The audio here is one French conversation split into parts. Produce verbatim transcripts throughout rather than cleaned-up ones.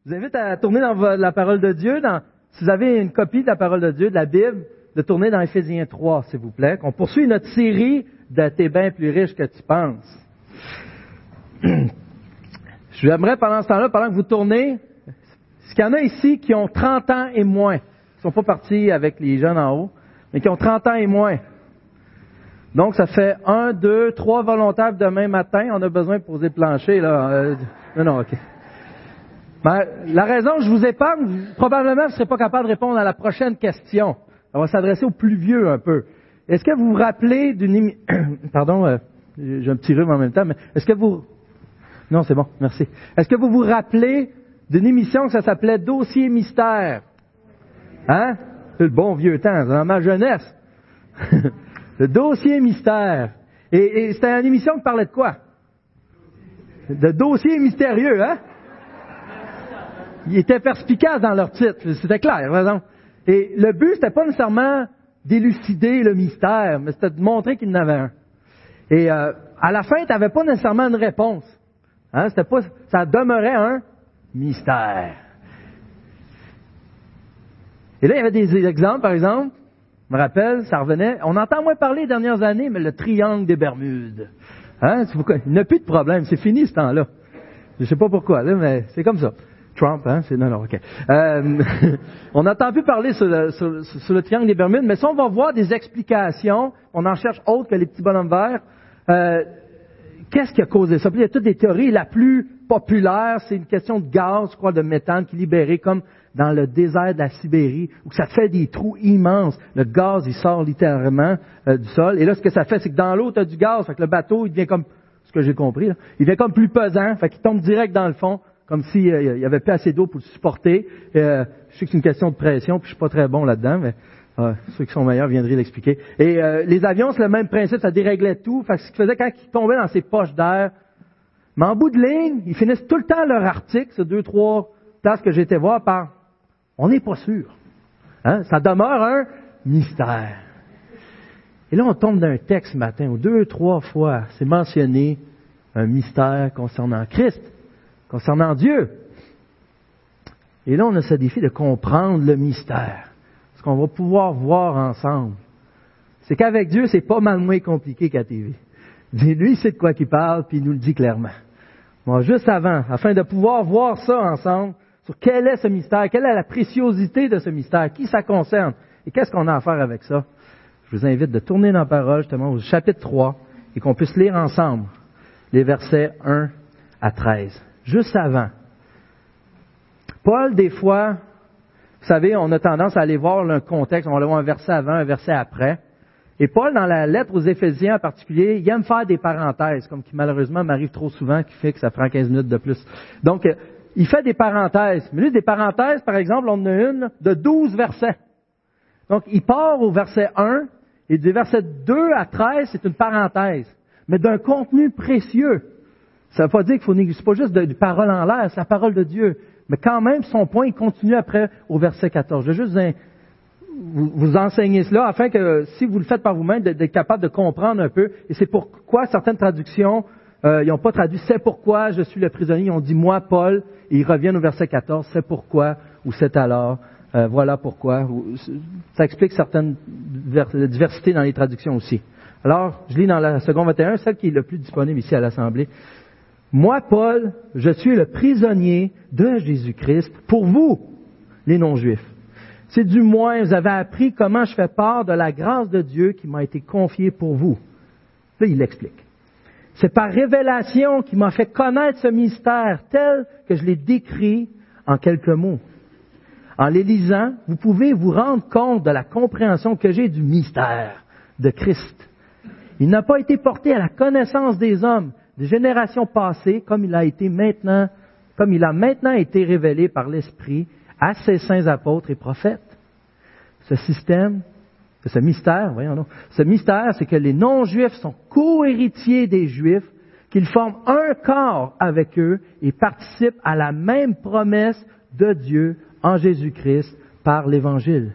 Je vous invite à tourner dans la parole de Dieu. Dans, si vous avez une copie de la parole de Dieu, de la Bible, de tourner dans Éphésiens trois, s'il vous plaît. On poursuit notre série de « T'es bien plus riche que tu penses ». J'aimerais pendant ce temps-là, pendant que vous tournez, est-ce qu'il y en a ici qui ont trente ans et moins, qui ne sont pas partis avec les jeunes en haut, mais qui ont trente ans et moins? Donc, ça fait un, deux, trois volontaires demain matin. On a besoin de poser le plancher, là. Euh, non, non, OK. Ben, la raison que je vous épargne, probablement, vous ne serez pas capable de répondre à la prochaine question. On va s'adresser aux plus vieux un peu. Est-ce que vous vous rappelez d'une... Émi... Pardon, euh, j'ai un petit rhume en même temps, mais est-ce que vous... Non, c'est bon, merci. Est-ce que vous vous rappelez d'une émission que ça s'appelait Dossier mystère? Hein? C'est le bon vieux temps, dans ma jeunesse. Le Dossier mystère. Et, et c'était une émission qui parlait de quoi? De dossiers mystérieux, hein? Ils étaient perspicaces dans leur titre, c'était clair, par exemple. Et le but, c'était pas nécessairement d'élucider le mystère, mais c'était de montrer qu'il y en avait un. Et euh, à la fin, tu n'avais pas nécessairement une réponse. Hein? C'était pas, ça demeurait un mystère. Et là, il y avait des exemples, par exemple. Je me rappelle, ça revenait. On entend moins parler les dernières années, mais le triangle des Bermudes. Hein? Il n'y a plus de problème, c'est fini ce temps-là. Je ne sais pas pourquoi, là, mais c'est comme ça. Trump, hein? C'est, non, non, OK. Euh, on n'entend plus parler sur le, sur, sur le triangle des Bermudes, mais si on va voir des explications, on en cherche autres que les petits bonhommes verts, euh, qu'est-ce qui a causé ça? Puis il y a toutes des théories. La plus populaire, c'est une question de gaz, je crois, de méthane qui est libéré comme dans le désert de la Sibérie, où ça fait des trous immenses. Le gaz, il sort littéralement euh, du sol. Et là, ce que ça fait, c'est que dans l'eau, tu as du gaz. Fait que le bateau, il devient comme, ce que j'ai compris, là, il devient comme plus pesant. Fait qu'il tombe direct dans le fond, comme s'il euh, n'y avait pas assez d'eau pour le supporter. Euh, je sais que c'est une question de pression, puis je suis pas très bon là-dedans, mais euh, ceux qui sont meilleurs viendraient l'expliquer. Et euh, les avions, c'est le même principe, ça déréglait tout. Fait que ce qui faisait quand ils tombaient dans ces poches d'air, mais en bout de ligne, ils finissent tout le temps leur article, ces deux, trois places que j'ai été voir, par on n'est pas sûr. Hein? Ça demeure un mystère. Et là, on tombe d'un texte ce matin où deux, trois fois, c'est mentionné un mystère concernant Christ, concernant Dieu. Et là, on a ce défi de comprendre le mystère. Ce qu'on va pouvoir voir ensemble. C'est qu'avec Dieu, c'est pas mal moins compliqué qu'à T V. Lui, il sait de quoi qu'il parle, puis il nous le dit clairement. Bon, juste avant, afin de pouvoir voir ça ensemble, sur quel est ce mystère, quelle est la préciosité de ce mystère, qui ça concerne, et qu'est-ce qu'on a à faire avec ça. Je vous invite de tourner dans la parole, justement, au chapitre trois, et qu'on puisse lire ensemble les versets un à treize. Juste avant. Paul, des fois, vous savez, on a tendance à aller voir le contexte, on va aller voir un verset avant, un verset après. Et Paul, dans la lettre aux Éphésiens en particulier, il aime faire des parenthèses, comme qui malheureusement m'arrive trop souvent, qui fait que ça prend quinze minutes de plus. Donc, il fait des parenthèses. Mais lui, des parenthèses, par exemple, on en a une de douze versets. Donc, il part au verset un, et du verset deux à treize, c'est une parenthèse. Mais d'un contenu précieux. Ça ne veut pas dire qu'il faut négliger, c'est pas juste de, de paroles en l'air, c'est la parole de Dieu. Mais quand même, son point, il continue après au verset quatorze. Je vais juste vous, vous enseigner cela, afin que, si vous le faites par vous-même, d'être capable de comprendre un peu. Et c'est pourquoi certaines traductions, euh, ils n'ont pas traduit « c'est pourquoi je suis le prisonnier », ils ont dit « moi, Paul », et ils reviennent au verset quatorze, « c'est pourquoi » ou « c'est alors euh, », voilà pourquoi. Ça explique certaines diversités dans les traductions aussi. Alors, je lis dans la seconde vingt et un, celle qui est le plus disponible ici à l'Assemblée. « Moi, Paul, je suis le prisonnier de Jésus-Christ pour vous, les non-juifs. C'est du moins, vous avez appris comment je fais part de la grâce de Dieu qui m'a été confiée pour vous. » Là, il l'explique. « C'est par révélation qu'il m'a fait connaître ce mystère tel que je l'ai décrit en quelques mots. En les lisant, vous pouvez vous rendre compte de la compréhension que j'ai du mystère de Christ. Il n'a pas été porté à la connaissance des hommes, des générations passées, comme il a été maintenant, comme il a maintenant été révélé par l'Esprit à ses saints apôtres et prophètes. Ce système, ce mystère, voyons donc, ce mystère, c'est que les non-juifs sont co-héritiers des juifs, qu'ils forment un corps avec eux et participent à la même promesse de Dieu en Jésus-Christ par l'Évangile.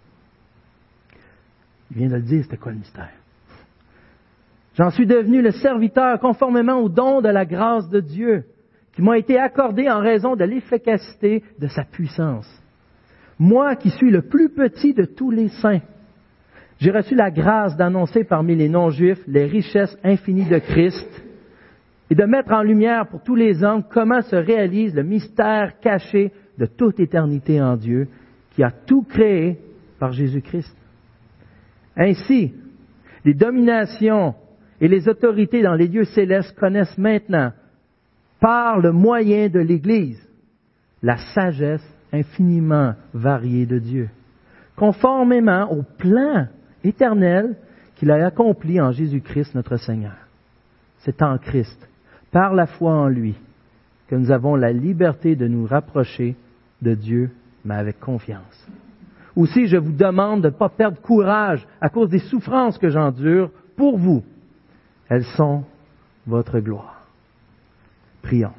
Il vient de le dire, c'était quoi le mystère? J'en suis devenu le serviteur conformément au don de la grâce de Dieu qui m'ont été accordés en raison de l'efficacité de sa puissance. Moi qui suis le plus petit de tous les saints, j'ai reçu la grâce d'annoncer parmi les non-juifs les richesses infinies de Christ et de mettre en lumière pour tous les hommes comment se réalise le mystère caché de toute éternité en Dieu, qui a tout créé par Jésus-Christ. Ainsi, les dominations et les autorités dans les lieux célestes connaissent maintenant, par le moyen de l'Église, la sagesse infiniment variée de Dieu, conformément au plan éternel qu'il a accompli en Jésus-Christ notre Seigneur. C'est en Christ, par la foi en lui, que nous avons la liberté de nous rapprocher de Dieu, mais avec confiance. Aussi, je vous demande de ne pas perdre courage à cause des souffrances que j'endure pour vous. Elles sont votre gloire. Prions.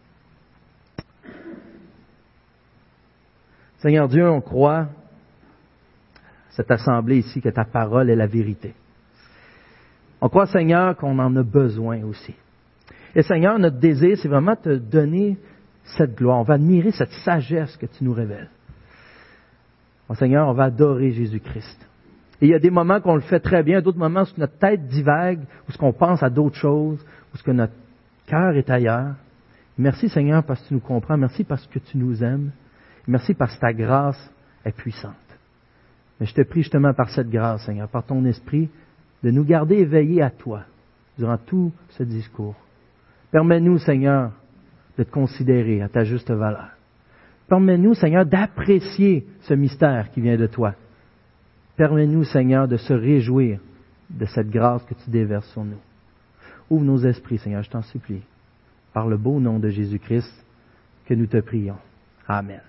Seigneur Dieu, on croit, cette assemblée ici, que ta parole est la vérité. On croit, Seigneur, qu'on en a besoin aussi. Et Seigneur, notre désir, c'est vraiment te donner cette gloire. On va admirer cette sagesse que tu nous révèles. Oh, Seigneur, on va adorer Jésus-Christ. Et il y a des moments qu'on le fait très bien, d'autres moments où notre tête divague, où ce qu'on pense à d'autres choses, où ce que notre cœur est ailleurs. Merci, Seigneur, parce que tu nous comprends. Merci parce que tu nous aimes. Merci parce que ta grâce est puissante. Mais je te prie justement par cette grâce, Seigneur, par ton esprit, de nous garder éveillés à toi durant tout ce discours. Permets-nous, Seigneur, de te considérer à ta juste valeur. Permets-nous, Seigneur, d'apprécier ce mystère qui vient de toi. Permets-nous, Seigneur, de se réjouir de cette grâce que tu déverses sur nous. Ouvre nos esprits, Seigneur, je t'en supplie, par le beau nom de Jésus-Christ que nous te prions. Amen.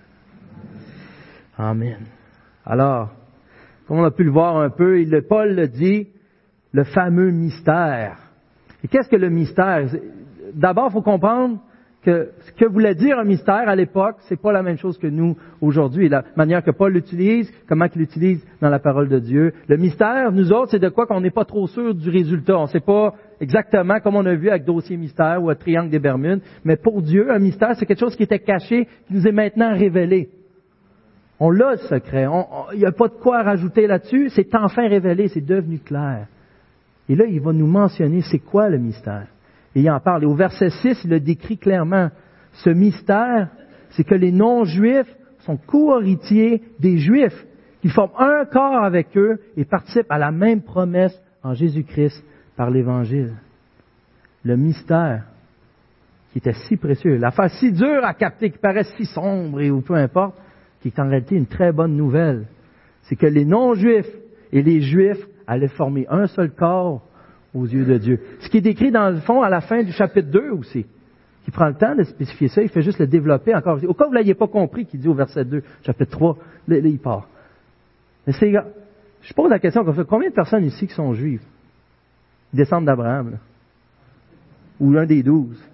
Amen. Alors, comme on a pu le voir un peu, il, Paul le dit, le fameux mystère. Et qu'est-ce que le mystère? D'abord, il faut comprendre que ce que voulait dire un mystère à l'époque, c'est pas la même chose que nous aujourd'hui. La manière que Paul l'utilise, comment qu'il l'utilise dans la parole de Dieu. Le mystère, nous autres, c'est de quoi qu'on n'est pas trop sûr du résultat. On ne sait pas exactement comme on a vu avec Dossier Mystère ou un Triangle des Bermudes. Mais pour Dieu, un mystère, c'est quelque chose qui était caché, qui nous est maintenant révélé. On l'a le secret. Il n'y a pas de quoi rajouter là-dessus. C'est enfin révélé, c'est devenu clair. Et là, il va nous mentionner c'est quoi le mystère. Et il en parle. Et au verset six, il le décrit clairement. Ce mystère, c'est que les non-juifs sont co-héritiers des juifs, qui forment un corps avec eux et participent à la même promesse en Jésus-Christ par l'Évangile. Le mystère qui était si précieux, l'affaire si dure à capter, qui paraît si sombre et ou peu importe, qui est en réalité une très bonne nouvelle, c'est que les non-juifs et les juifs allaient former un seul corps aux yeux de Dieu. Ce qui est décrit dans le fond à la fin du chapitre deux aussi, qui prend le temps de spécifier ça, il fait juste le développer encore. Au cas où vous ne l'aviez pas compris, qu'il dit au verset deux, chapitre trois, là, là il part. Mais c'est, je pose la question, combien de personnes ici qui sont juives? Ils descendent d'Abraham, là? Ou l'un des douze?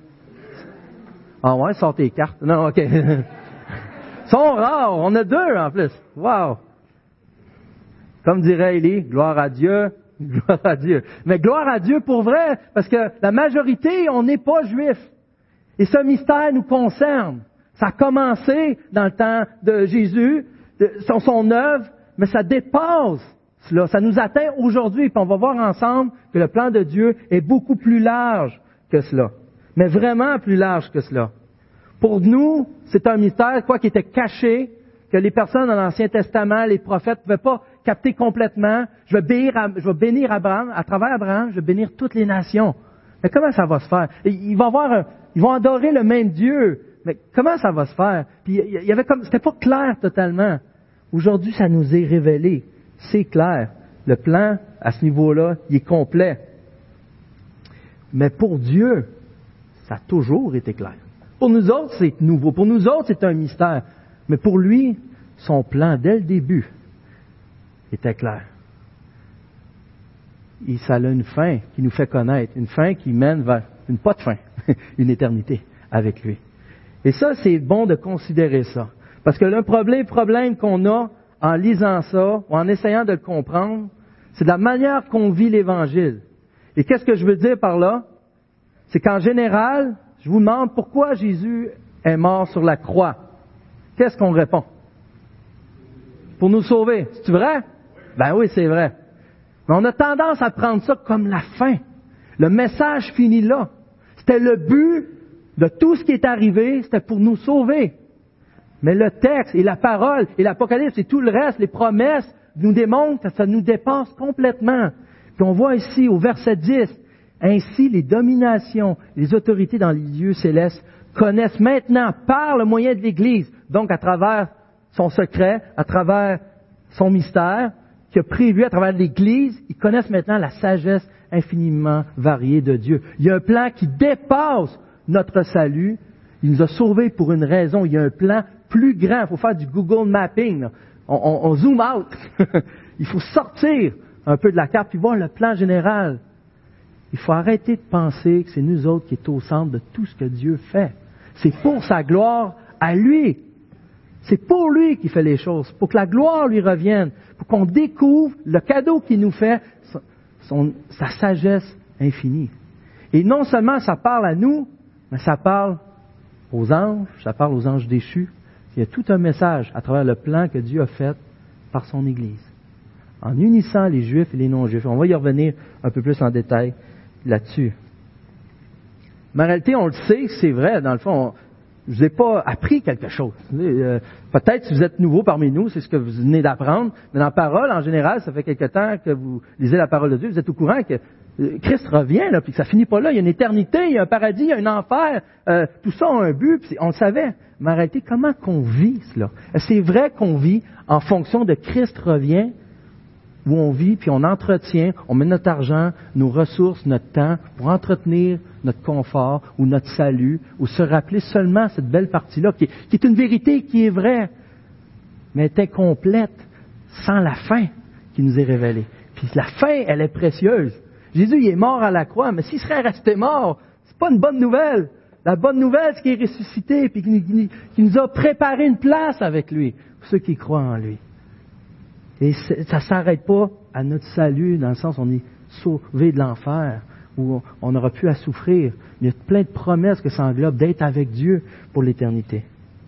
Ah ouais, sort tes cartes. Non, ok. Ils sont rares, on a deux en plus. Wow! Comme dirait Élie, gloire à Dieu, gloire à Dieu. Mais gloire à Dieu pour vrai, parce que la majorité, on n'est pas juifs. Et ce mystère nous concerne. Ça a commencé dans le temps de Jésus, de son, son œuvre, mais ça dépasse cela. Ça nous atteint aujourd'hui. Puis on va voir ensemble que le plan de Dieu est beaucoup plus large que cela. Mais vraiment plus large que cela. Pour nous, c'est un mystère, quoi, qui était caché, que les personnes dans l'Ancien Testament, les prophètes, ne pouvaient pas capter complètement. Je vais bénir, je vais bénir Abraham, à travers Abraham, je vais bénir toutes les nations. Mais comment ça va se faire? Ils vont avoir un, ils vont adorer le même Dieu. Mais comment ça va se faire? Puis il y avait comme, c'était pas clair totalement. Aujourd'hui, ça nous est révélé. C'est clair. Le plan, à ce niveau-là, il est complet. Mais pour Dieu, ça a toujours été clair. Pour nous autres, c'est nouveau. Pour nous autres, c'est un mystère. Mais pour lui, son plan, dès le début, était clair. Et ça a une fin qui nous fait connaître. Une fin qui mène vers, une pas de fin, une éternité avec lui. Et ça, c'est bon de considérer ça. Parce que le problème, problème qu'on a en lisant ça, ou en essayant de le comprendre, c'est de la manière qu'on vit l'Évangile. Et qu'est-ce que je veux dire par là? C'est qu'en général, je vous demande pourquoi Jésus est mort sur la croix. Qu'est-ce qu'on répond? Pour nous sauver. C'est vrai? Ben oui, c'est vrai. Mais on a tendance à prendre ça comme la fin. Le message finit là. C'était le but de tout ce qui est arrivé, c'était pour nous sauver. Mais le texte et la parole et l'Apocalypse et tout le reste, les promesses, nous démontrent que ça nous dépasse complètement. Puis on voit ici au verset dix, ainsi les dominations, les autorités dans les lieux célestes connaissent maintenant par le moyen de l'Église, donc à travers son secret, à travers son mystère, qui a prévu à travers l'Église, ils connaissent maintenant la sagesse infiniment variée de Dieu. Il y a un plan qui dépasse notre salut. Il nous a sauvés pour une raison. Il y a un plan plus grand. Il faut faire du Google Mapping. On, on, on zoom out. Il faut sortir un peu de la carte puis voir le plan général. Il faut arrêter de penser que c'est nous autres qui est au centre de tout ce que Dieu fait. C'est pour sa gloire à lui. C'est pour lui qu'il fait les choses, pour que la gloire lui revienne, pour qu'on découvre le cadeau qu'il nous fait, son, sa sagesse infinie. Et non seulement ça parle à nous, mais ça parle aux anges, ça parle aux anges déchus. Il y a tout un message à travers le plan que Dieu a fait par son Église, en unissant les Juifs et les non-Juifs. On va y revenir un peu plus en détail là-dessus. Mais en réalité, on le sait, c'est vrai, dans le fond, on, je vous ai pas appris quelque chose. Euh, peut-être si vous êtes nouveau parmi nous, c'est ce que vous venez d'apprendre, mais dans la parole, en général, ça fait quelque temps que vous lisez la parole de Dieu, vous êtes au courant que Christ revient, là, puis que ça finit pas là, il y a une éternité, il y a un paradis, il y a un enfer, euh, tout ça a un but, puis on le savait. Mais en réalité, comment qu'on vit cela? C'est vrai qu'on vit en fonction de Christ revient, où on vit, puis on entretient, on met notre argent, nos ressources, notre temps, pour entretenir notre confort ou notre salut, ou se rappeler seulement cette belle partie-là, qui est, qui est une vérité qui est vraie, mais est incomplète, sans la fin qui nous est révélée. Puis la fin, elle est précieuse. Jésus, il est mort à la croix, mais s'il serait resté mort, c'est pas une bonne nouvelle. La bonne nouvelle, c'est qu'il est ressuscité, puis qu'il, qu'il nous a préparé une place avec lui, pour ceux qui croient en lui. Et ça ne s'arrête pas à notre salut, dans le sens où on est sauvé de l'enfer, où on n'aura plus à souffrir. Il y a plein de promesses que ça englobe d'être avec Dieu pour l'éternité.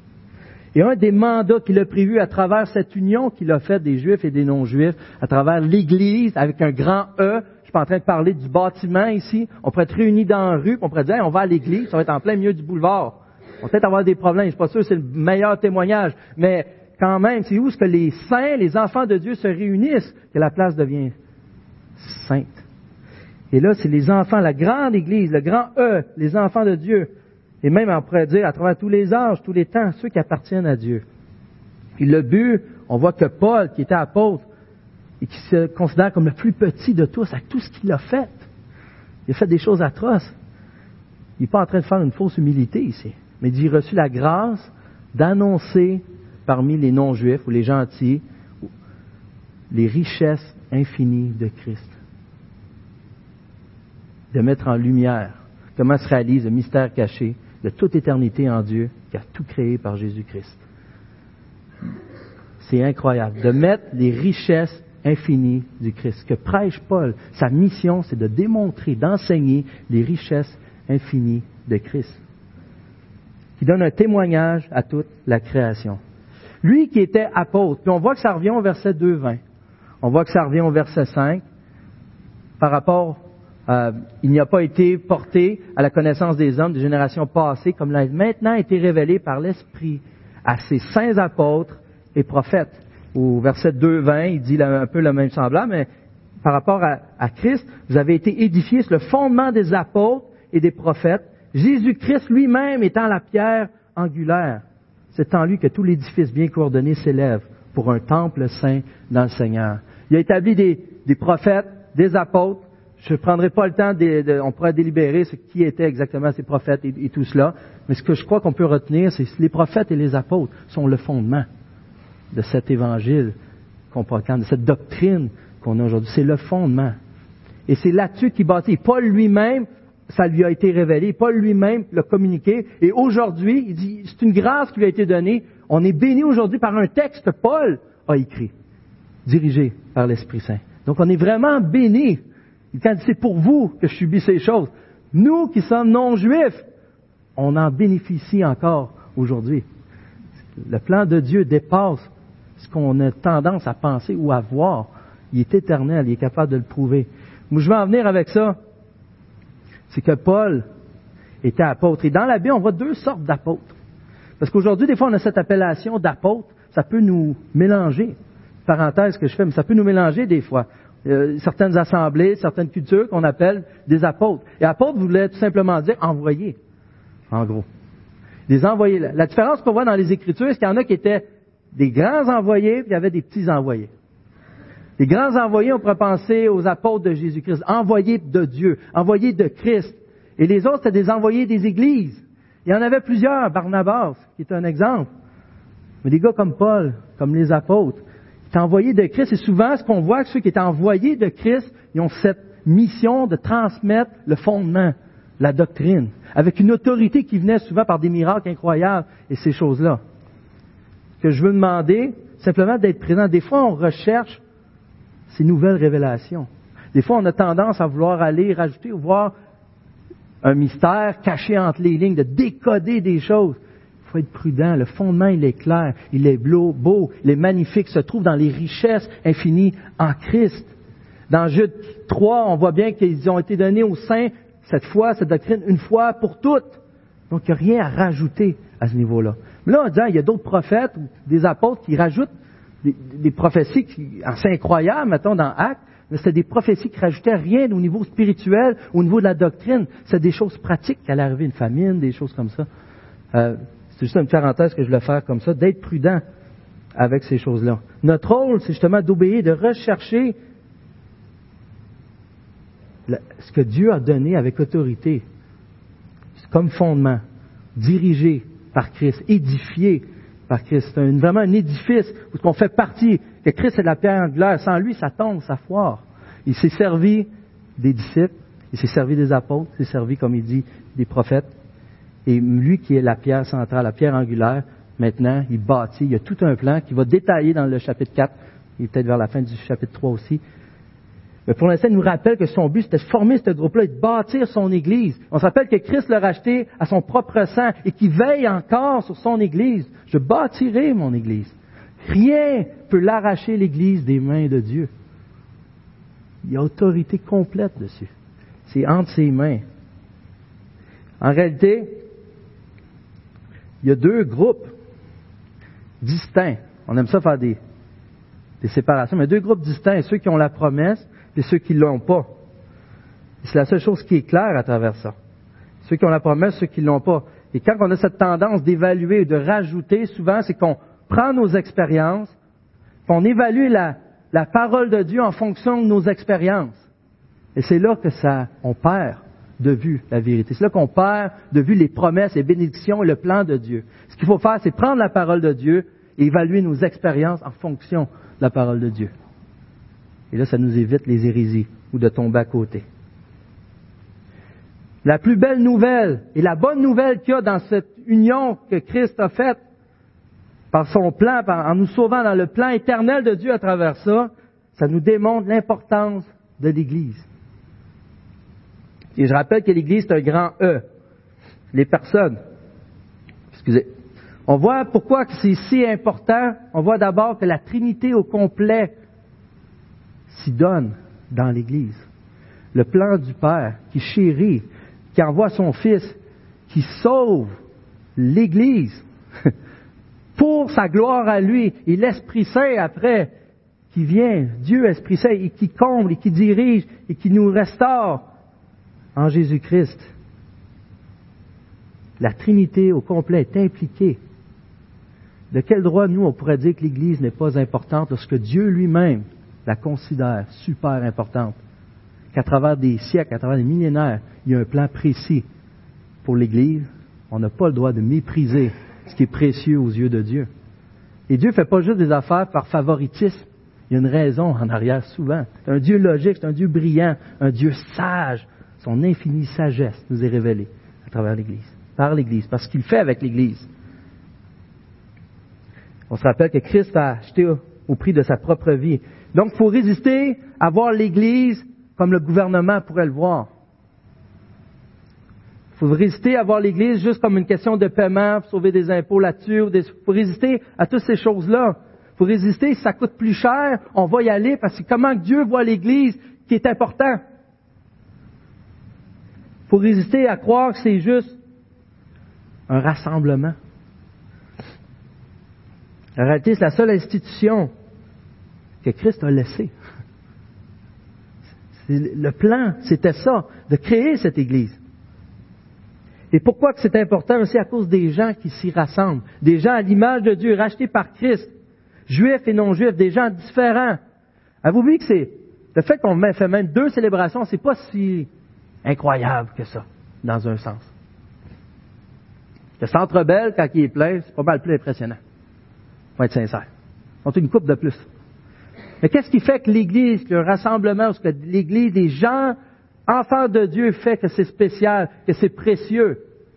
Et un des mandats qu'il a prévu à travers cette union qu'il a faite des Juifs et des non-Juifs, à travers l'Église, avec un grand E, je suis pas en train de parler du bâtiment ici, on pourrait être réunis dans la rue, puis on pourrait dire, hey, on va à l'Église, ça va être en plein milieu du boulevard. On va peut-être avoir des problèmes, je ne suis pas sûr que c'est le meilleur témoignage, mais quand même, c'est où est-ce que les saints, les enfants de Dieu se réunissent, que la place devient sainte. Et là, c'est les enfants, la grande Église, le grand E, les enfants de Dieu. Et même, on pourrait dire, à travers tous les âges, tous les temps, ceux qui appartiennent à Dieu. Et le but, on voit que Paul, qui était apôtre, et qui se considère comme le plus petit de tous, avec tout ce qu'il a fait, il a fait des choses atroces. Il n'est pas en train de faire une fausse humilité ici, mais il a reçu la grâce d'annoncer parmi les non-juifs ou les gentils les richesses infinies de Christ. De mettre en lumière comment se réalise le mystère caché de toute éternité en Dieu qui a tout créé par Jésus-Christ. C'est incroyable. De mettre les richesses infinies du Christ. Ce que prêche Paul, sa mission, c'est de démontrer, d'enseigner les richesses infinies de Christ. Qui donne un témoignage à toute la création. Lui qui était apôtre, puis on voit que ça revient au verset deux vingt. On voit que ça revient au verset cinq. Par rapport Euh, il n'y a pas été porté à la connaissance des hommes des générations passées, comme l'a maintenant été révélé par l'Esprit à ses saints apôtres et prophètes. Au verset deux vingt, il dit un peu le même semblable, mais par rapport à, à Christ, vous avez été édifiés sur le fondement des apôtres et des prophètes, Jésus-Christ lui-même étant la pierre angulaire. C'est en lui que tout l'édifice bien coordonné s'élève pour un temple saint dans le Seigneur. Il a établi des, des prophètes, des apôtres. Je ne prendrai pas le temps, de, de, on pourrait délibérer ce qui étaient exactement ces prophètes et, et tout cela, mais ce que je crois qu'on peut retenir, c'est que les prophètes et les apôtres sont le fondement de cet évangile qu'on proclame, de cette doctrine qu'on a aujourd'hui. C'est le fondement. Et c'est là-dessus qu'il bâtit. Paul lui-même, ça lui a été révélé. Paul lui-même l'a communiqué. Et aujourd'hui, il dit, c'est une grâce qui lui a été donnée. On est béni aujourd'hui par un texte que Paul a écrit, dirigé par l'Esprit Saint. Donc on est vraiment béni. Quand c'est pour vous que je subis ces choses. Nous qui sommes non-juifs, on en bénéficie encore aujourd'hui. Le plan de Dieu dépasse ce qu'on a tendance à penser ou à voir. Il est éternel, il est capable de le prouver. Où je veux en venir avec ça, c'est que Paul était apôtre. Et dans la Bible, on voit deux sortes d'apôtres. Parce qu'aujourd'hui, des fois, on a cette appellation d'apôtre. Ça peut nous mélanger. Parenthèse que je fais, mais ça peut nous mélanger des fois. Euh, certaines assemblées, certaines cultures qu'on appelle des apôtres. Et apôtre voulait tout simplement dire envoyé, en gros. Des envoyés. La différence qu'on voit dans les Écritures, c'est qu'il y en a qui étaient des grands envoyés, puis il y avait des petits envoyés. Les grands envoyés, on pourrait penser aux apôtres de Jésus-Christ, envoyés de Dieu, envoyés de Christ. Et les autres, c'était des envoyés des églises. Il y en avait plusieurs, Barnabas, qui est un exemple. Mais des gars comme Paul, comme les apôtres, qui étaient envoyés de Christ. Et souvent, ce qu'on voit, que ceux qui étaient envoyés de Christ, ils ont cette mission de transmettre le fondement, la doctrine, avec une autorité qui venait souvent par des miracles incroyables et ces choses-là. Ce que je veux demander, simplement d'être présent. Des fois, on recherche ces nouvelles révélations. Des fois, on a tendance à vouloir aller rajouter ou voir un mystère caché entre les lignes, de décoder des choses. Il faut être prudent. Le fondement, il est clair, il est beau, il est magnifique, se trouve dans les richesses infinies en Christ. Dans Jude trois, on voit bien qu'ils ont été donnés aux saints, cette foi, cette doctrine, une fois pour toutes. Donc, il n'y a rien à rajouter à ce niveau-là. Mais là, on dit, il y a d'autres prophètes ou des apôtres qui rajoutent des, des prophéties qui, assez incroyables, mettons, dans Actes, mais c'était des prophéties qui rajoutaient rien au niveau spirituel, au niveau de la doctrine. C'est des choses pratiques, qui allait arriver une famine, des choses comme ça. Euh, c'est juste une parenthèse que je voulais faire comme ça, d'être prudent avec ces choses-là. Notre rôle, c'est justement d'obéir, de rechercher ce que Dieu a donné avec autorité, comme fondement, dirigé par Christ, édifié par Christ. C'est un, vraiment un édifice où on fait partie, que Christ est la pierre angulaire. Sans lui, ça tombe, ça foire. Il s'est servi des disciples, il s'est servi des apôtres, il s'est servi, comme il dit, des prophètes. Et lui qui est la pierre centrale, la pierre angulaire, maintenant, il bâtit, il y a tout un plan qui va détailler dans le chapitre quatre, et peut-être vers la fin du chapitre trois aussi. Mais pour l'instant, il nous rappelle que son but, c'était de former ce groupe-là et de bâtir son Église. On se rappelle que Christ l'a racheté à son propre sang et qu'il veille encore sur son Église. Je bâtirai mon Église. Rien ne peut l'arracher, l'Église, des mains de Dieu. Il y a autorité complète dessus. C'est entre ses mains. En réalité, il y a deux groupes distincts. On aime ça faire des, des séparations, mais deux groupes distincts, ceux qui ont la promesse et ceux qui ne l'ont pas. C'est la seule chose qui est claire à travers ça. Ceux qui ont la promesse, ceux qui ne l'ont pas. Et quand on a cette tendance d'évaluer et de rajouter, souvent, c'est qu'on prend nos expériences, qu'on évalue la, la parole de Dieu en fonction de nos expériences. Et c'est là que ça, on perd de vue la vérité. C'est là qu'on perd de vue les promesses, les bénédictions et le plan de Dieu. Ce qu'il faut faire, c'est prendre la parole de Dieu et évaluer nos expériences en fonction de la parole de Dieu. Et là, ça nous évite les hérésies ou de tomber à côté. La plus belle nouvelle et la bonne nouvelle qu'il y a dans cette union que Christ a faite par son plan, par, en nous sauvant dans le plan éternel de Dieu à travers ça, ça nous démontre l'importance de l'Église. Et je rappelle que l'Église, c'est un grand E. Les personnes. Excusez. On voit pourquoi c'est si important. On voit d'abord que la Trinité au complet s'y donne dans l'Église. Le plan du Père qui chérit, qui envoie son Fils, qui sauve l'Église pour sa gloire à lui, et l'Esprit Saint après, qui vient, Dieu Esprit Saint, et qui comble, et qui dirige, et qui nous restaure en Jésus-Christ. La Trinité au complet est impliquée. De quel droit, nous, on pourrait dire que l'Église n'est pas importante lorsque Dieu lui-même la considère super importante? Qu'à travers des siècles, à travers des millénaires, il y a un plan précis pour l'Église. On n'a pas le droit de mépriser ce qui est précieux aux yeux de Dieu. Et Dieu ne fait pas juste des affaires par favoritisme. Il y a une raison en arrière souvent. C'est un Dieu logique, c'est un Dieu brillant, un Dieu sage. Son infinie sagesse nous est révélée à travers l'Église, par l'Église, parce qu'il fait avec l'Église. On se rappelle que Christ a acheté au prix de sa propre vie. Donc, il faut résister à voir l'Église comme le gouvernement pourrait le voir. Il Il faut résister à voir l'Église juste comme une question de paiement, pour sauver des impôts là-dessus. Il faut résister à toutes ces choses-là. Il faut résister, si ça coûte plus cher, on va y aller, parce que comment Dieu voit l'Église qui est important. Il faut résister à croire que c'est juste un rassemblement. En réalité, c'est la seule institution que Christ a laissée. Le plan, c'était ça, de créer cette Église. Et pourquoi que c'est important aussi? À cause des gens qui s'y rassemblent. Des gens à l'image de Dieu, rachetés par Christ. Juifs et non-juifs, des gens différents. Avez-vous vu que c'est... Le fait qu'on fait même deux célébrations, c'est pas si incroyable que ça, dans un sens. Le Centre Bell, quand il est plein, c'est pas mal plus impressionnant. Faut être sincère. On a une coupe de plus. Mais qu'est-ce qui fait que l'Église, que le rassemblement, que l'Église, des gens, enfants de Dieu, fait que c'est spécial, que c'est précieux?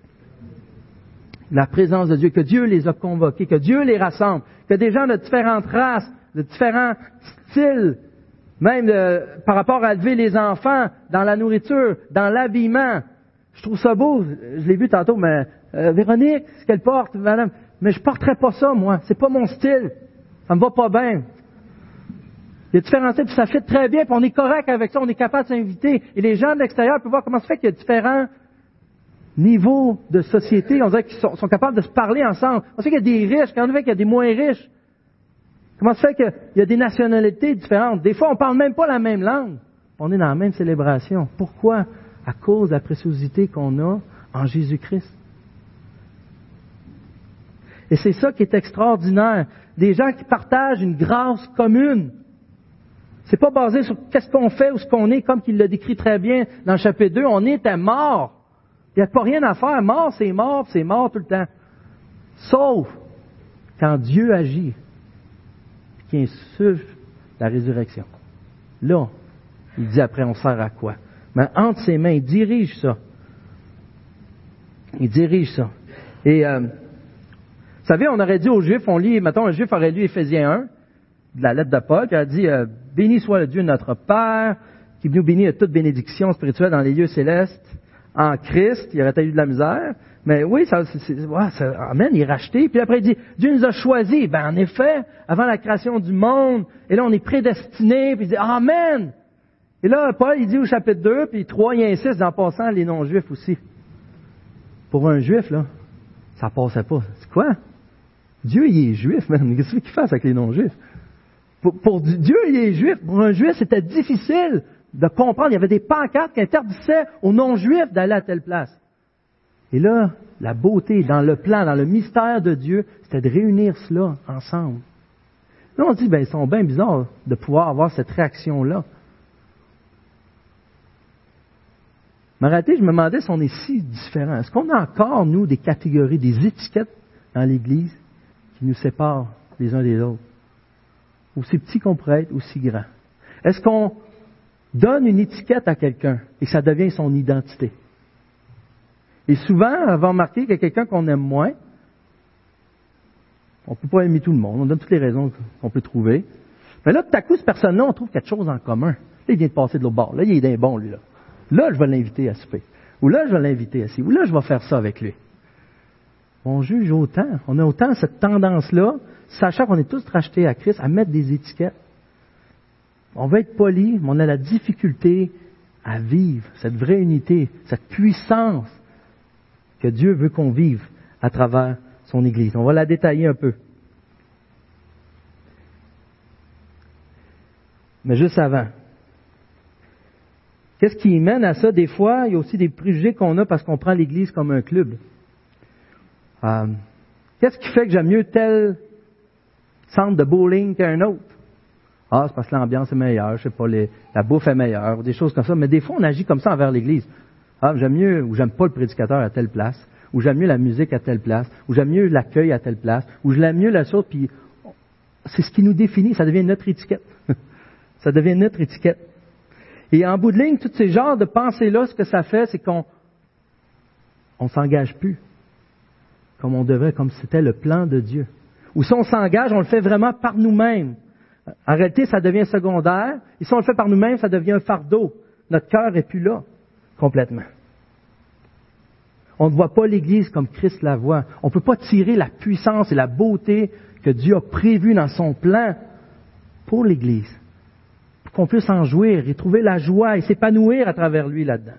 La présence de Dieu, que Dieu les a convoqués, que Dieu les rassemble, que des gens de différentes races, de différents styles, même de, par rapport à élever les enfants, dans la nourriture, dans l'habillement. Je trouve ça beau, je l'ai vu tantôt, mais euh, Véronique, ce qu'elle porte, madame, mais je porterais pas ça, moi, c'est pas mon style, ça me va pas bien. Il y a différents styles, puis ça fit très bien, puis on est correct avec ça, on est capable de s'inviter. Et les gens de l'extérieur peuvent voir comment ça fait qu'il y a différents niveaux de société. On dirait qu'ils sont, sont capables de se parler ensemble. On sait qu'il y a des riches, quand on fait qu'il y a des moins riches. Comment ça fait qu'il y a des nationalités différentes? Des fois, on ne parle même pas la même langue. On est dans la même célébration. Pourquoi? À cause de la préciosité qu'on a en Jésus-Christ. Et c'est ça qui est extraordinaire. Des gens qui partagent une grâce commune. C'est pas basé sur qu'est-ce qu'on fait ou ce qu'on est, comme qu'il l'a décrit très bien dans le chapitre deux. On était mort. Il n'y a pas rien à faire. Mort, c'est mort, c'est mort tout le temps. Sauf quand Dieu agit, qui insuffle la résurrection. Là, il dit après, on sert à quoi? Mais entre ses mains, il dirige ça. Il dirige ça. Et, euh, vous savez, on aurait dit aux Juifs, on lit, mettons, un Juif aurait lu Éphésiens un, de la lettre de Paul, qui a dit, euh, béni soit le Dieu notre Père, qui nous bénit de toute bénédiction spirituelle dans les lieux célestes, en Christ. Il aurait eu de la misère. Mais oui, ça, c'est, c'est, ouais, ça, amen, il est racheté. Puis après, il dit, Dieu nous a choisis. Ben, en effet, avant la création du monde, et là, on est prédestinés. Puis il dit, amen. Et là, Paul, il dit au chapitre deux, puis trois, il insiste, en passant les non-juifs aussi. Pour un juif, là, ça passait pas. C'est quoi? Dieu, il est juif, man. Qu'est-ce qu'il fait avec les non-juifs? Pour, pour Dieu, il est juif. Pour un juif, c'était difficile de comprendre. Il y avait des pancartes qui interdisaient aux non-juifs d'aller à telle place. Et là, la beauté dans le plan, dans le mystère de Dieu, c'était de réunir cela ensemble. Là, on dit, ben, ils sont bien bizarres de pouvoir avoir cette réaction-là. Mais en réalité, je me demandais si on est si différents. Est-ce qu'on a encore, nous, des catégories, des étiquettes dans l'Église qui nous séparent les uns des autres? Aussi petits qu'on pourrait être, aussi grands. Est-ce qu'on donne une étiquette à quelqu'un et que ça devient son identité? Et souvent, on va remarquer qu'il y a quelqu'un qu'on aime moins. On ne peut pas aimer tout le monde. On donne toutes les raisons qu'on peut trouver. Mais là, tout à coup, cette personne-là, on trouve quelque chose en commun. Là, il vient de passer de l'autre bord. Là, il est d'un bon, lui, là. Là, je vais l'inviter à souper. Ou là, je vais l'inviter à ci. Ou là, je vais faire ça avec lui. On juge autant. On a autant cette tendance-là, sachant qu'on est tous rachetés à Christ, à mettre des étiquettes. On veut être poli, mais on a la difficulté à vivre cette vraie unité, cette puissance que Dieu veut qu'on vive à travers son Église. On va la détailler un peu. Mais juste avant, qu'est-ce qui mène à ça? Des fois, il y a aussi des préjugés qu'on a parce qu'on prend l'Église comme un club. Euh, qu'est-ce qui fait que j'aime mieux tel centre de bowling qu'un autre? Ah, c'est parce que l'ambiance est meilleure, je sais pas, les, la bouffe est meilleure, des choses comme ça. Mais des fois, on agit comme ça envers l'Église. Ah, j'aime mieux, ou j'aime pas le prédicateur à telle place, ou j'aime mieux la musique à telle place, ou j'aime mieux l'accueil à telle place, ou j'aime mieux la chose, puis c'est ce qui nous définit, ça devient notre étiquette. Ça devient notre étiquette. Et en bout de ligne, tous ces genres de pensées-là, ce que ça fait, c'est qu'on on s'engage plus comme on devrait, comme c'était le plan de Dieu. Ou si on s'engage, on le fait vraiment par nous-mêmes. En réalité, ça devient secondaire. Et si on le fait par nous-mêmes, ça devient un fardeau. Notre cœur n'est plus là, complètement. On ne voit pas l'Église comme Christ la voit. On ne peut pas tirer la puissance et la beauté que Dieu a prévues dans son plan pour l'Église. Pour qu'on puisse en jouir et trouver la joie et s'épanouir à travers lui là-dedans.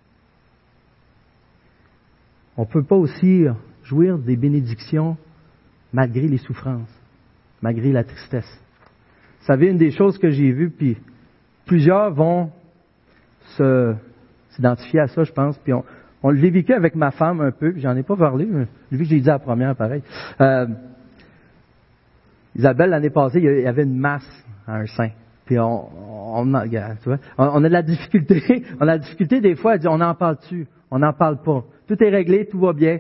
On ne peut pas aussi jouir des bénédictions malgré les souffrances, malgré la tristesse. Vous savez, une des choses que j'ai vues, puis plusieurs vont se, s'identifier à ça, je pense, puis on, on l'a vécu avec ma femme un peu, puis j'en ai pas parlé, mais vu que j'ai dit à la première, pareil. Euh, Isabelle, l'année passée, il y avait une masse à un sein. Puis on, on, on, tu vois, on, on a de la difficulté, on a de la difficulté des fois à dire, on en parle-tu? On n'en parle pas. Tout est réglé, tout va bien.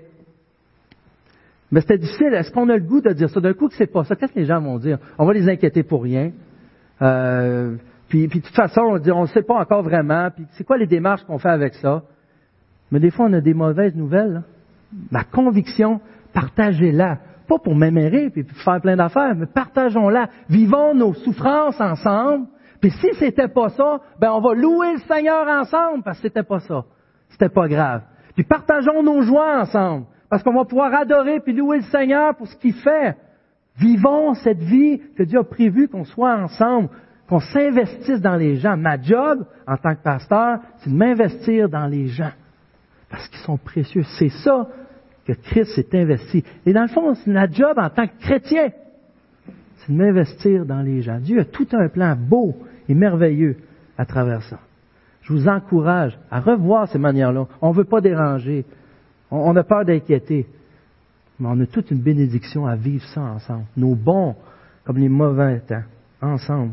Mais c'était difficile. Est-ce qu'on a le goût de dire ça? D'un coup que c'est pas ça, qu'est-ce que les gens vont dire? On va les inquiéter pour rien. Euh, puis, puis de toute façon, on va dire, on ne sait pas encore vraiment. Puis c'est quoi les démarches qu'on fait avec ça? Mais des fois, on a des mauvaises nouvelles. Là. Ma conviction, partagez-la. Pas pour m'aimer puis pour faire plein d'affaires, mais partageons-la. Vivons nos souffrances ensemble. Puis si c'était pas ça, ben on va louer le Seigneur ensemble parce que c'était pas ça. C'était pas grave. Puis partageons nos joies ensemble. Parce qu'on va pouvoir adorer puis louer le Seigneur pour ce qu'il fait. Vivons cette vie que Dieu a prévu qu'on soit ensemble, qu'on s'investisse dans les gens. Ma job, en tant que pasteur, c'est de m'investir dans les gens. Parce qu'ils sont précieux. C'est ça que Christ s'est investi. Et dans le fond, c'est la job en tant que chrétien. C'est de m'investir dans les gens. Dieu a tout un plan beau et merveilleux à travers ça. Je vous encourage à revoir ces manières-là. On ne veut pas déranger. On a peur d'inquiéter. Mais on a toute une bénédiction à vivre ça ensemble. Nos bons comme les mauvais temps. Ensemble.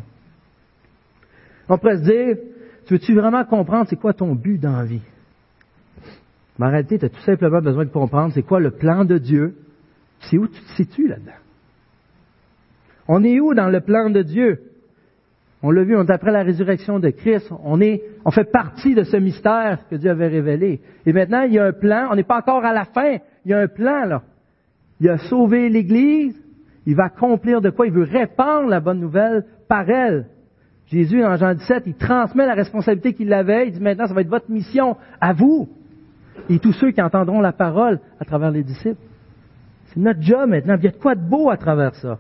On pourrait se dire, tu veux-tu vraiment comprendre c'est quoi ton but dans la vie? Mais en réalité, tu as tout simplement besoin de comprendre c'est quoi le plan de Dieu. C'est où tu te situes là-dedans. On est où dans le plan de Dieu? On l'a vu, on est après la résurrection de Christ. On est, on fait partie de ce mystère que Dieu avait révélé. Et maintenant, il y a un plan. On n'est pas encore à la fin. Il y a un plan, là. Il a sauvé l'Église. Il va accomplir de quoi? Il veut répandre la bonne nouvelle par elle. Jésus, dans Jean dix-sept, il transmet la responsabilité qu'il avait. Il dit maintenant, ça va être votre mission à vous. Et tous ceux qui entendront la parole à travers les disciples. C'est notre job maintenant. Il y a de quoi de beau à travers ça.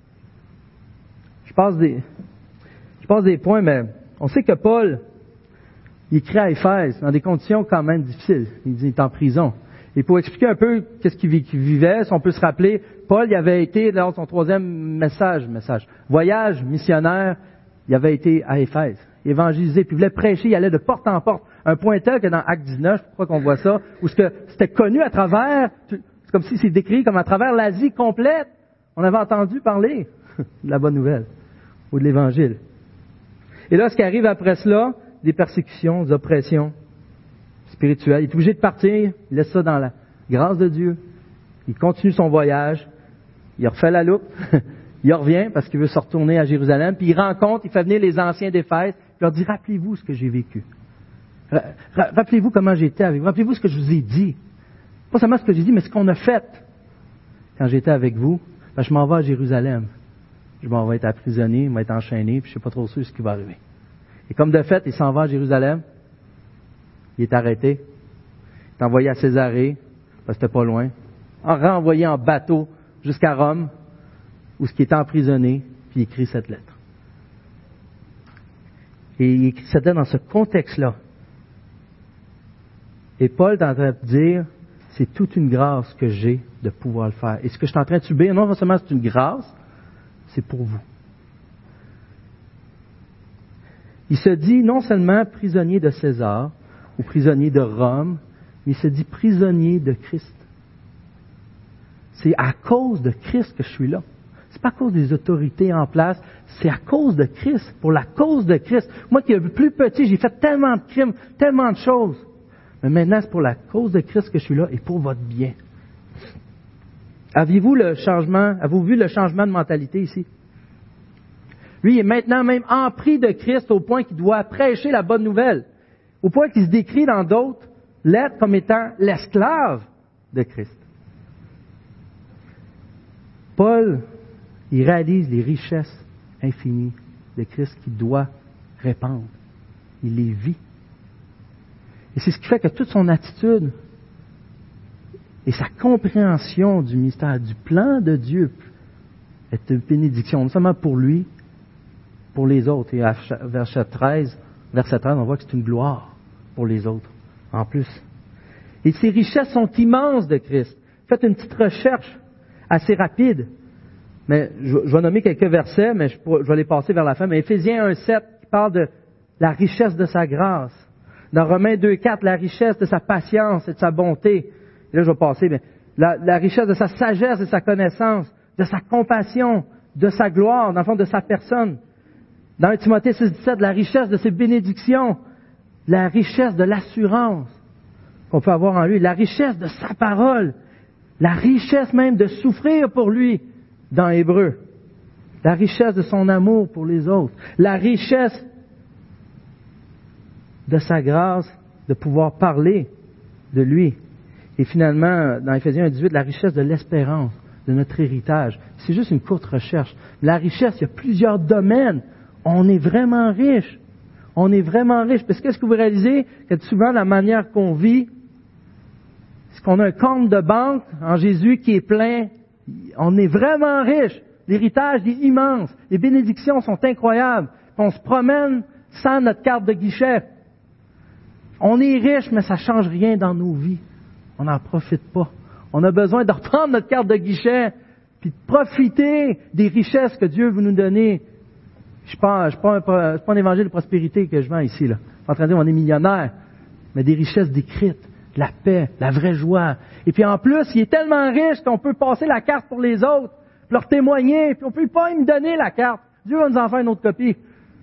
Je passe des... Je passe des points, mais on sait que Paul, il écrit à Éphèse dans des conditions quand même difficiles. Il dit, il est en prison. Et pour expliquer un peu qu'est-ce qu'il vivait, si on peut se rappeler, Paul, il avait été, lors de son troisième message, message, voyage missionnaire, il avait été à Éphèse, évangélisé, puis il voulait prêcher, il allait de porte en porte. Un point tel que dans Acte dix-neuf, je crois qu'on voit ça, où ce que c'était connu à travers, c'est comme si c'est décrit comme à travers l'Asie complète, on avait entendu parler de la bonne nouvelle, ou de l'Évangile. Et là, ce qui arrive après cela, des persécutions, des oppressions spirituelles. Il est obligé de partir, il laisse ça dans la grâce de Dieu. Il continue son voyage, il refait la loupe, il revient parce qu'il veut se retourner à Jérusalem, puis il rencontre, il fait venir les anciens d'Éphèse, il leur dit, rappelez-vous ce que j'ai vécu. Rappelez-vous comment j'étais avec vous, rappelez-vous ce que je vous ai dit. Pas seulement ce que j'ai dit, mais ce qu'on a fait quand j'étais avec vous. Ben, je m'en vais à Jérusalem. Je m'en vais être emprisonné, je vais être enchaîné, puis je ne sais pas trop sûr ce qui va arriver. Et comme de fait, il s'en va à Jérusalem. Il est arrêté. Il est envoyé à Césarée, parce que c'était pas loin. Renvoyé en bateau jusqu'à Rome, où il est emprisonné, puis il écrit cette lettre. Et il écrit cette lettre dans ce contexte-là. Et Paul est en train de dire, c'est toute une grâce que j'ai de pouvoir le faire. Et ce que je suis en train de subir, non seulement c'est une grâce, c'est pour vous. Il se dit non seulement prisonnier de César ou prisonnier de Rome, mais il se dit prisonnier de Christ. C'est à cause de Christ que je suis là. C'est pas à cause des autorités en place, c'est à cause de Christ, pour la cause de Christ. Moi qui suis plus petit, j'ai fait tellement de crimes, tellement de choses. Mais maintenant, c'est pour la cause de Christ que je suis là et pour votre bien. Avez-vous le changement, avez-vous vu le changement de mentalité ici? Lui, il est maintenant même empris de Christ au point qu'il doit prêcher la bonne nouvelle. Au point qu'il se décrit dans d'autres lettres comme étant l'esclave de Christ. Paul, il réalise les richesses infinies de Christ qu'il doit répandre. Il les vit. Et c'est ce qui fait que toute son attitude Et sa compréhension du mystère, du plan de Dieu, est une bénédiction, non seulement pour lui, pour les autres. Et à verset treize, verset treize, on voit que c'est une gloire pour les autres, en plus. Et ces richesses sont immenses de Christ. Faites une petite recherche assez rapide. Mais je, je vais nommer quelques versets, mais je, je vais les passer vers la fin. Mais Éphésiens un sept, qui parle de la richesse de sa grâce. Dans Romains deux quatre, la richesse de sa patience et de sa bonté. Et là, je vais passer, mais la, la richesse de sa sagesse et de sa connaissance, de sa compassion, de sa gloire, dans le fond, de sa personne. Dans un Timothée six dix-sept, la richesse de ses bénédictions, la richesse de l'assurance qu'on peut avoir en lui, la richesse de sa parole, la richesse même de souffrir pour lui dans Hébreux, la richesse de son amour pour les autres, la richesse de sa grâce de pouvoir parler de lui. Et finalement, dans Éphésiens un dix-huit, la richesse de l'espérance, de notre héritage. C'est juste une courte recherche. La richesse, il y a plusieurs domaines. On est vraiment riche. On est vraiment riche. Parce que qu'est-ce que vous réalisez? Que souvent, la manière qu'on vit, c'est qu'on a un compte de banque en Jésus qui est plein. On est vraiment riche. L'héritage est immense. Les bénédictions sont incroyables. On se promène sans notre carte de guichet. On est riche, mais ça ne change rien dans nos vies. On n'en profite pas. On a besoin de reprendre notre carte de guichet puis de profiter des richesses que Dieu veut nous donner. Je ne suis pas, pas, pas un évangile de prospérité que je vends ici. Là. Je suis en train de dire qu'on est millionnaire, mais des richesses décrites, la paix, la vraie joie. Et puis en plus, il est tellement riche qu'on peut passer la carte pour les autres, leur témoigner, puis on ne peut pas me donner la carte. Dieu va nous en faire une autre copie.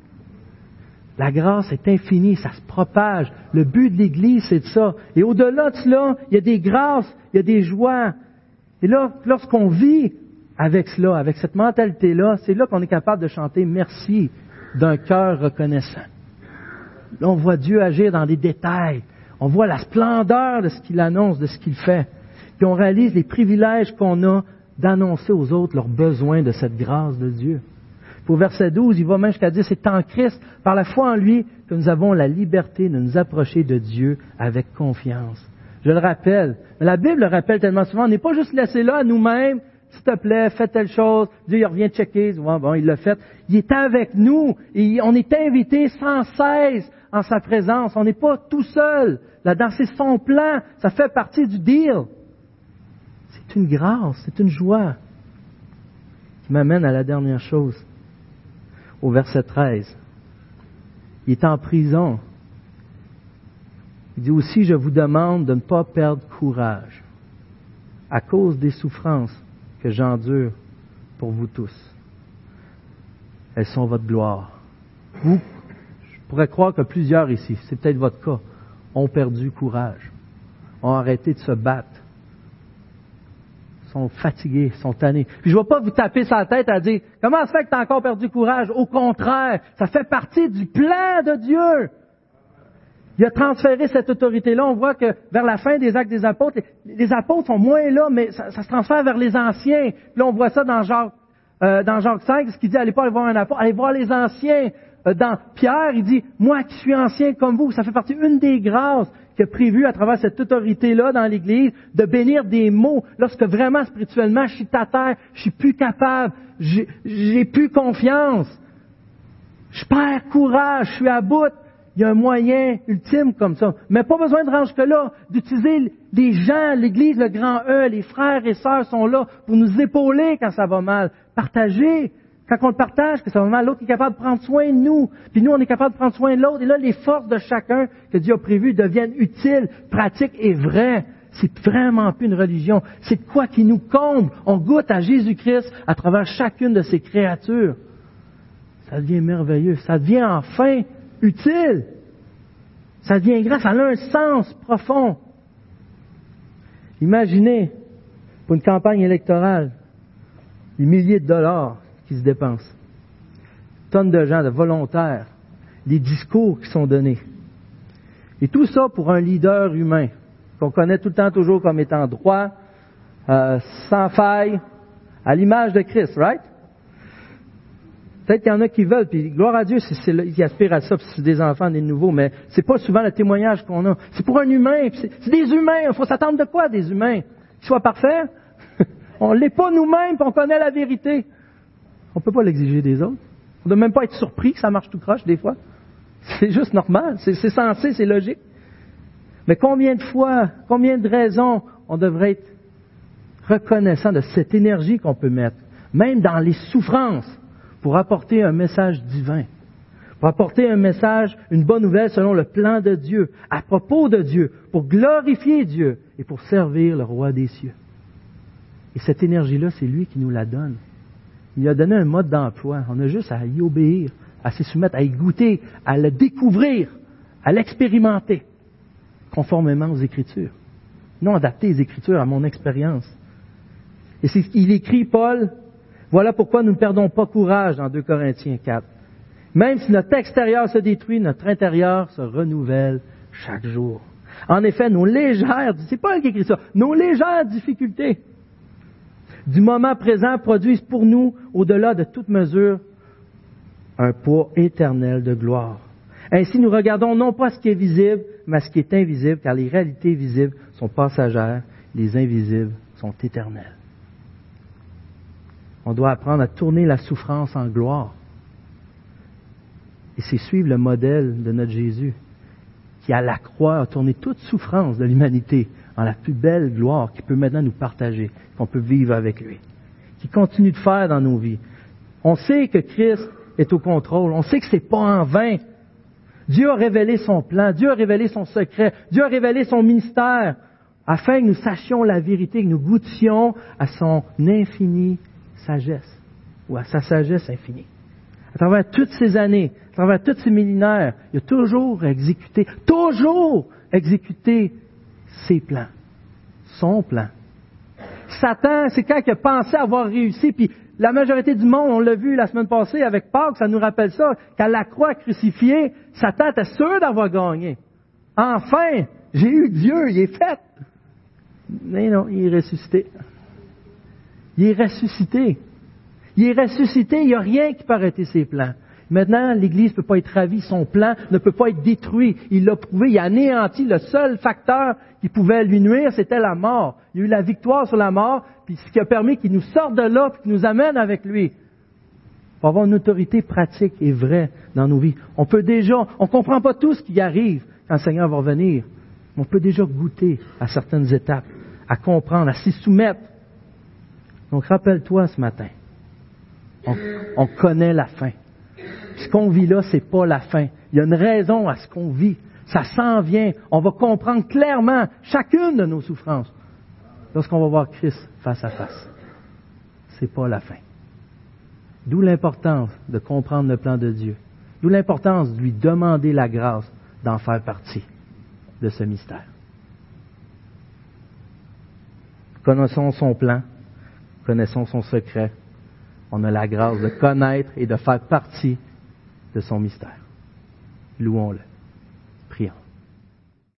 La grâce est infinie, ça se propage. Le but de l'Église, c'est de ça. Et au-delà de cela, il y a des grâces, il y a des joies. Et là, lorsqu'on vit avec cela, avec cette mentalité-là, c'est là qu'on est capable de chanter « Merci » d'un cœur reconnaissant. Là, on voit Dieu agir dans des détails. On voit la splendeur de ce qu'il annonce, de ce qu'il fait. Puis on réalise les privilèges qu'on a d'annoncer aux autres leurs besoins de cette grâce de Dieu. Au verset douze, il va même jusqu'à dire, c'est en Christ, par la foi en lui, que nous avons la liberté de nous approcher de Dieu avec confiance. Je le rappelle, mais la Bible le rappelle tellement souvent, on n'est pas juste laissé là à nous-mêmes, s'il te plaît, fais telle chose, Dieu il revient checker, bon, bon, il l'a fait. Il est avec nous, et on est invité sans cesse en sa présence, on n'est pas tout seul, là-dedans, c'est son plan, ça fait partie du deal. C'est une grâce, c'est une joie qui m'amène à la dernière chose. Au verset treize. Il est en prison. Il dit aussi, je vous demande de ne pas perdre courage à cause des souffrances que j'endure pour vous tous. Elles sont votre gloire. Vous, je pourrais croire que plusieurs ici, c'est peut-être votre cas, ont perdu courage, ont arrêté de se battre, sont fatigués, sont tannés. Puis je ne vais pas vous taper sur la tête à dire « Comment ça fait que tu as encore perdu courage? » Au contraire, ça fait partie du plan de Dieu. Il a transféré cette autorité-là. On voit que vers la fin des Actes des Apôtres, les, les apôtres sont moins là, mais ça, ça se transfère vers les anciens. Puis là, on voit ça dans Jacques, euh, dans Jacques cinq, ce qu'il dit « Allez pas aller voir un apôtre, allez voir les anciens. » euh, Dans Pierre, il dit « Moi qui suis ancien comme vous. » Ça fait partie une des grâces qui a prévu à travers cette autorité-là dans l'Église de bénir des mots lorsque vraiment spirituellement je suis à terre, je suis plus capable, j'ai, j'ai plus confiance, je perds courage, je suis à bout. Il y a un moyen ultime comme ça. Mais pas besoin de rendre jusque-là, d'utiliser les gens, l'Église, le grand E, les frères et sœurs sont là pour nous épauler quand ça va mal. Partager. Quand on le partage, que ça va mal, l'autre est capable de prendre soin de nous. Puis nous, on est capable de prendre soin de l'autre. Et là, les forces de chacun que Dieu a prévues deviennent utiles, pratiques et vraies. C'est vraiment plus une religion. C'est de quoi qui nous comble. On goûte à Jésus-Christ à travers chacune de ses créatures. Ça devient merveilleux. Ça devient enfin utile. Ça devient grand. Ça a un sens profond. Imaginez, pour une campagne électorale, des milliers de dollars qui se dépensent. Tonnes de gens, de volontaires, les discours qui sont donnés. Et tout ça pour un leader humain, qu'on connaît tout le temps toujours comme étant droit, euh, sans faille, à l'image de Christ, right? Peut-être qu'il y en a qui veulent, puis gloire à Dieu, c'est, c'est, ils aspirent à ça, puis c'est des enfants, des nouveaux, mais c'est pas souvent le témoignage qu'on a. C'est pour un humain, puis c'est, c'est des humains, il faut s'attendre de quoi des humains? qu'il soit parfait. On ne l'est pas nous-mêmes, puis on connaît la vérité. On ne peut pas l'exiger des autres. On ne doit même pas être surpris que ça marche tout croche des fois. C'est juste normal, c'est, c'est censé, c'est logique. Mais combien de fois, combien de raisons on devrait être reconnaissant de cette énergie qu'on peut mettre, même dans les souffrances, pour apporter un message divin, pour apporter un message, une bonne nouvelle selon le plan de Dieu, à propos de Dieu, pour glorifier Dieu et pour servir le roi des cieux. Et cette énergie-là, c'est lui qui nous la donne. Il a donné un mode d'emploi. On a juste à y obéir, à s'y soumettre, à y goûter, à le découvrir, à l'expérimenter, conformément aux Écritures. Non adapter les Écritures à mon expérience. Et c'est ce qu'il écrit, Paul, voilà pourquoi nous ne perdons pas courage dans deux Corinthiens quatre. Même si notre extérieur se détruit, notre intérieur se renouvelle chaque jour. En effet, nos légères, c'est pas lui qui écrit ça, nos légères difficultés du moment présent produisent pour nous, au-delà de toute mesure, un poids éternel de gloire. Ainsi, nous regardons non pas ce qui est visible, mais ce qui est invisible, car les réalités visibles sont passagères, les invisibles sont éternelles. On doit apprendre à tourner la souffrance en gloire. Et c'est suivre le modèle de notre Jésus, qui à la croix a tourné toute souffrance de l'humanité en la plus belle gloire qu'il peut maintenant nous partager, qu'on peut vivre avec lui, qui continue de faire dans nos vies. On sait que Christ est au contrôle, on sait que c'est pas en vain. Dieu a révélé son plan, Dieu a révélé son secret, Dieu a révélé son ministère, afin que nous sachions la vérité, que nous goûtions à son infinie sagesse, ou à sa sagesse infinie. À travers toutes ces années, à travers tous ces millénaires, il a toujours exécuté, toujours exécuté ses plans, son plan. Satan, c'est quand il a pensé avoir réussi, puis la majorité du monde, on l'a vu la semaine passée avec Pâques, ça nous rappelle ça, qu'à la croix crucifiée, Satan était sûr d'avoir gagné. Enfin, j'ai eu Dieu, il est fait. Mais non, il est ressuscité. Il est ressuscité. Il est ressuscité, il n'y a rien qui peut arrêter ses plans. Maintenant, l'Église ne peut pas être ravie, son plan ne peut pas être détruit. Il l'a prouvé, il a anéanti. Le seul facteur qui pouvait lui nuire, c'était la mort. Il y a eu la victoire sur la mort, puis ce qui a permis qu'il nous sorte de là, puis qu'il nous amène avec lui. Pour avoir une autorité pratique et vraie dans nos vies. On peut déjà, on ne comprend pas tout ce qui arrive quand le Seigneur va venir. On peut déjà goûter à certaines étapes, à comprendre, à s'y soumettre. Donc rappelle-toi ce matin, on, on connaît la fin. Ce qu'on vit là, c'est pas la fin. Il y a une raison à ce qu'on vit. Ça s'en vient. On va comprendre clairement chacune de nos souffrances lorsqu'on va voir Christ face à face. C'est pas la fin. D'où l'importance de comprendre le plan de Dieu. D'où l'importance de lui demander la grâce d'en faire partie de ce mystère. Connaissons son plan, connaissons son secret. On a la grâce de connaître et de faire partie de son mystère. Louons-le.